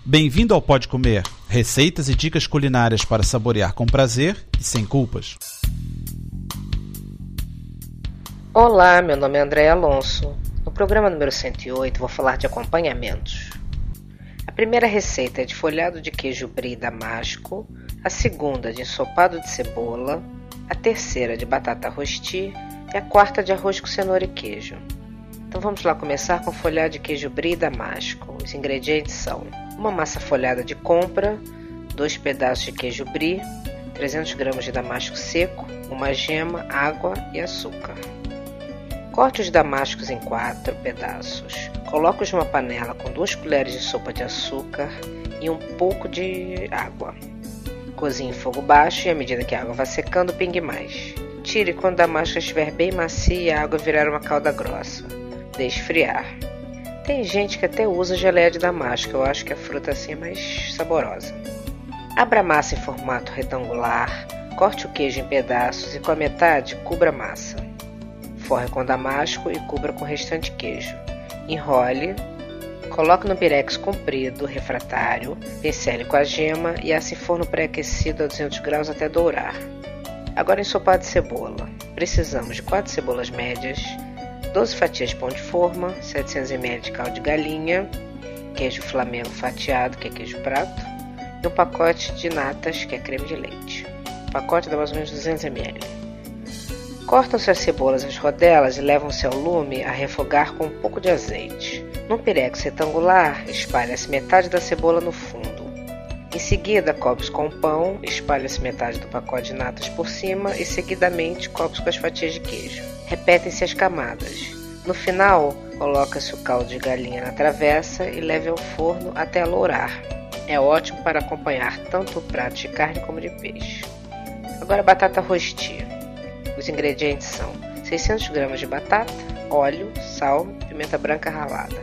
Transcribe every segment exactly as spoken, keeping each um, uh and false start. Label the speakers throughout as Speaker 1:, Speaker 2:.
Speaker 1: Bem-vindo ao Pode Comer, receitas e dicas culinárias para saborear com prazer e sem culpas.
Speaker 2: Olá, meu nome é André Alonso. No programa número cento e oito vou falar de acompanhamentos. A primeira receita é de folhado de queijo brie damasco, a segunda de ensopado de cebola, a terceira de batata rosti e a quarta de arroz com cenoura e queijo. Então vamos lá começar com folhado de queijo brie damasco. Os ingredientes são uma massa folhada de compra, dois pedaços de queijo brie, trezentos gramas de damasco seco, uma gema, água e açúcar. Corte os damascos em quatro pedaços. Coloque-os numa panela com duas colheres de sopa de açúcar e um pouco de água. Cozinhe em fogo baixo e à medida que a água vai secando, pingue mais. Tire quando o damasco estiver bem macio e a água virar uma calda grossa. Deixe esfriar. Tem gente que até usa geleia de damasco, eu acho que a fruta assim é mais saborosa. Abra a massa em formato retangular, corte o queijo em pedaços e com a metade cubra a massa. Forre com damasco e cubra com o restante queijo. Enrole, coloque no pirex comprido, refratário, pincele com a gema e asse em forno pré-aquecido a duzentos graus até dourar. Agora ensopado de cebola. Precisamos de quatro cebolas médias, doze fatias de pão de forma, setecentos mililitros de caldo de galinha, queijo Flamengo fatiado, que é queijo prato, e um pacote de natas, que é creme de leite. O pacote dá mais ou menos duzentos mililitros. Cortam-se as cebolas às rodelas e levam-se ao lume a refogar com um pouco de azeite. Num pirex retangular, espalhe-se metade da cebola no fundo. Em seguida, cobre-se com pão, espalhe-se metade do pacote de natas por cima e, seguidamente, cobre-se com as fatias de queijo. Repetem-se as camadas. No final, coloca-se o caldo de galinha na travessa e leve ao forno até alourar. É ótimo para acompanhar tanto o prato de carne como de peixe. Agora a batata rosti. Os ingredientes são seiscentos gramas de batata, óleo, sal e pimenta branca ralada.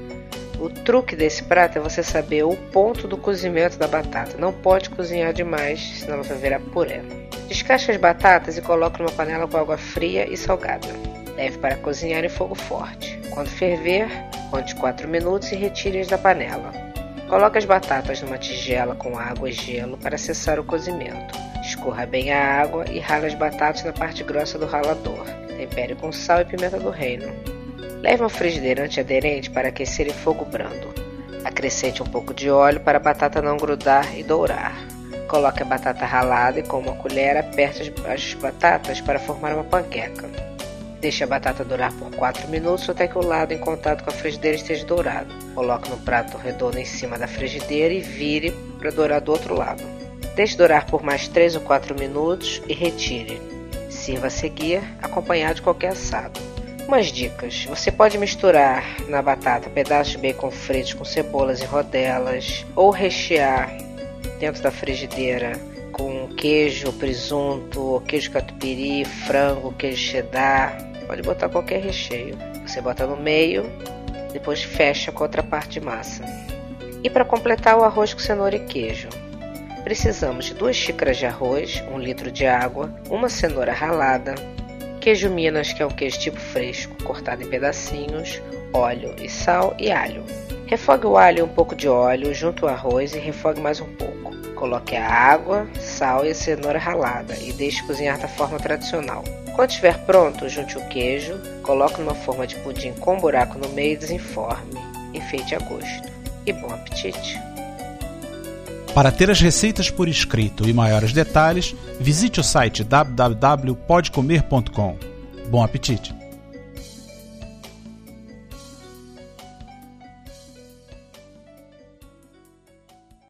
Speaker 2: O truque desse prato é você saber o ponto do cozimento da batata. Não pode cozinhar demais, senão ela vai virar purê. Descasque as batatas e coloque numa panela com água fria e salgada. Leve para cozinhar em fogo forte. Quando ferver, conte quatro minutos e retire-as da panela. Coloque as batatas numa tigela com água e gelo para cessar o cozimento. Escorra bem a água e rale as batatas na parte grossa do ralador. Tempere com sal e pimenta do reino. Leve uma frigideira antiaderente para aquecer em fogo brando. Acrescente um pouco de óleo para a batata não grudar e dourar. Coloque a batata ralada e com uma colher aperte as batatas para formar uma panqueca. Deixe a batata dourar por quatro minutos até que o lado em contato com a frigideira esteja dourado. Coloque no prato redondo em cima da frigideira e vire para dourar do outro lado. Deixe dourar por mais três ou quatro minutos e retire. Sirva a seguir, acompanhado de qualquer assado. Umas dicas: você pode misturar na batata pedaços de bacon fritos com cebolas e rodelas, ou rechear dentro da frigideira com queijo, presunto, queijo catupiry, frango, queijo cheddar. Pode botar qualquer recheio. Você bota no meio, depois fecha com outra parte de massa. E para completar, o arroz com cenoura e queijo. Precisamos de duas xícaras de arroz, um litro de água, uma cenoura ralada, queijo Minas, que é um queijo tipo fresco, cortado em pedacinhos, óleo e sal e alho. Refogue o alho e um pouco de óleo, junte o arroz e refogue mais um pouco. Coloque a água, sal e a cenoura ralada e deixe cozinhar da forma tradicional. Quando estiver pronto, junte o queijo, coloque numa forma de pudim com buraco no meio e desenforme. Enfeite a gosto. E bom apetite!
Speaker 1: Para ter as receitas por escrito e maiores detalhes, visite o site w w w ponto pode comer ponto com. Bom apetite!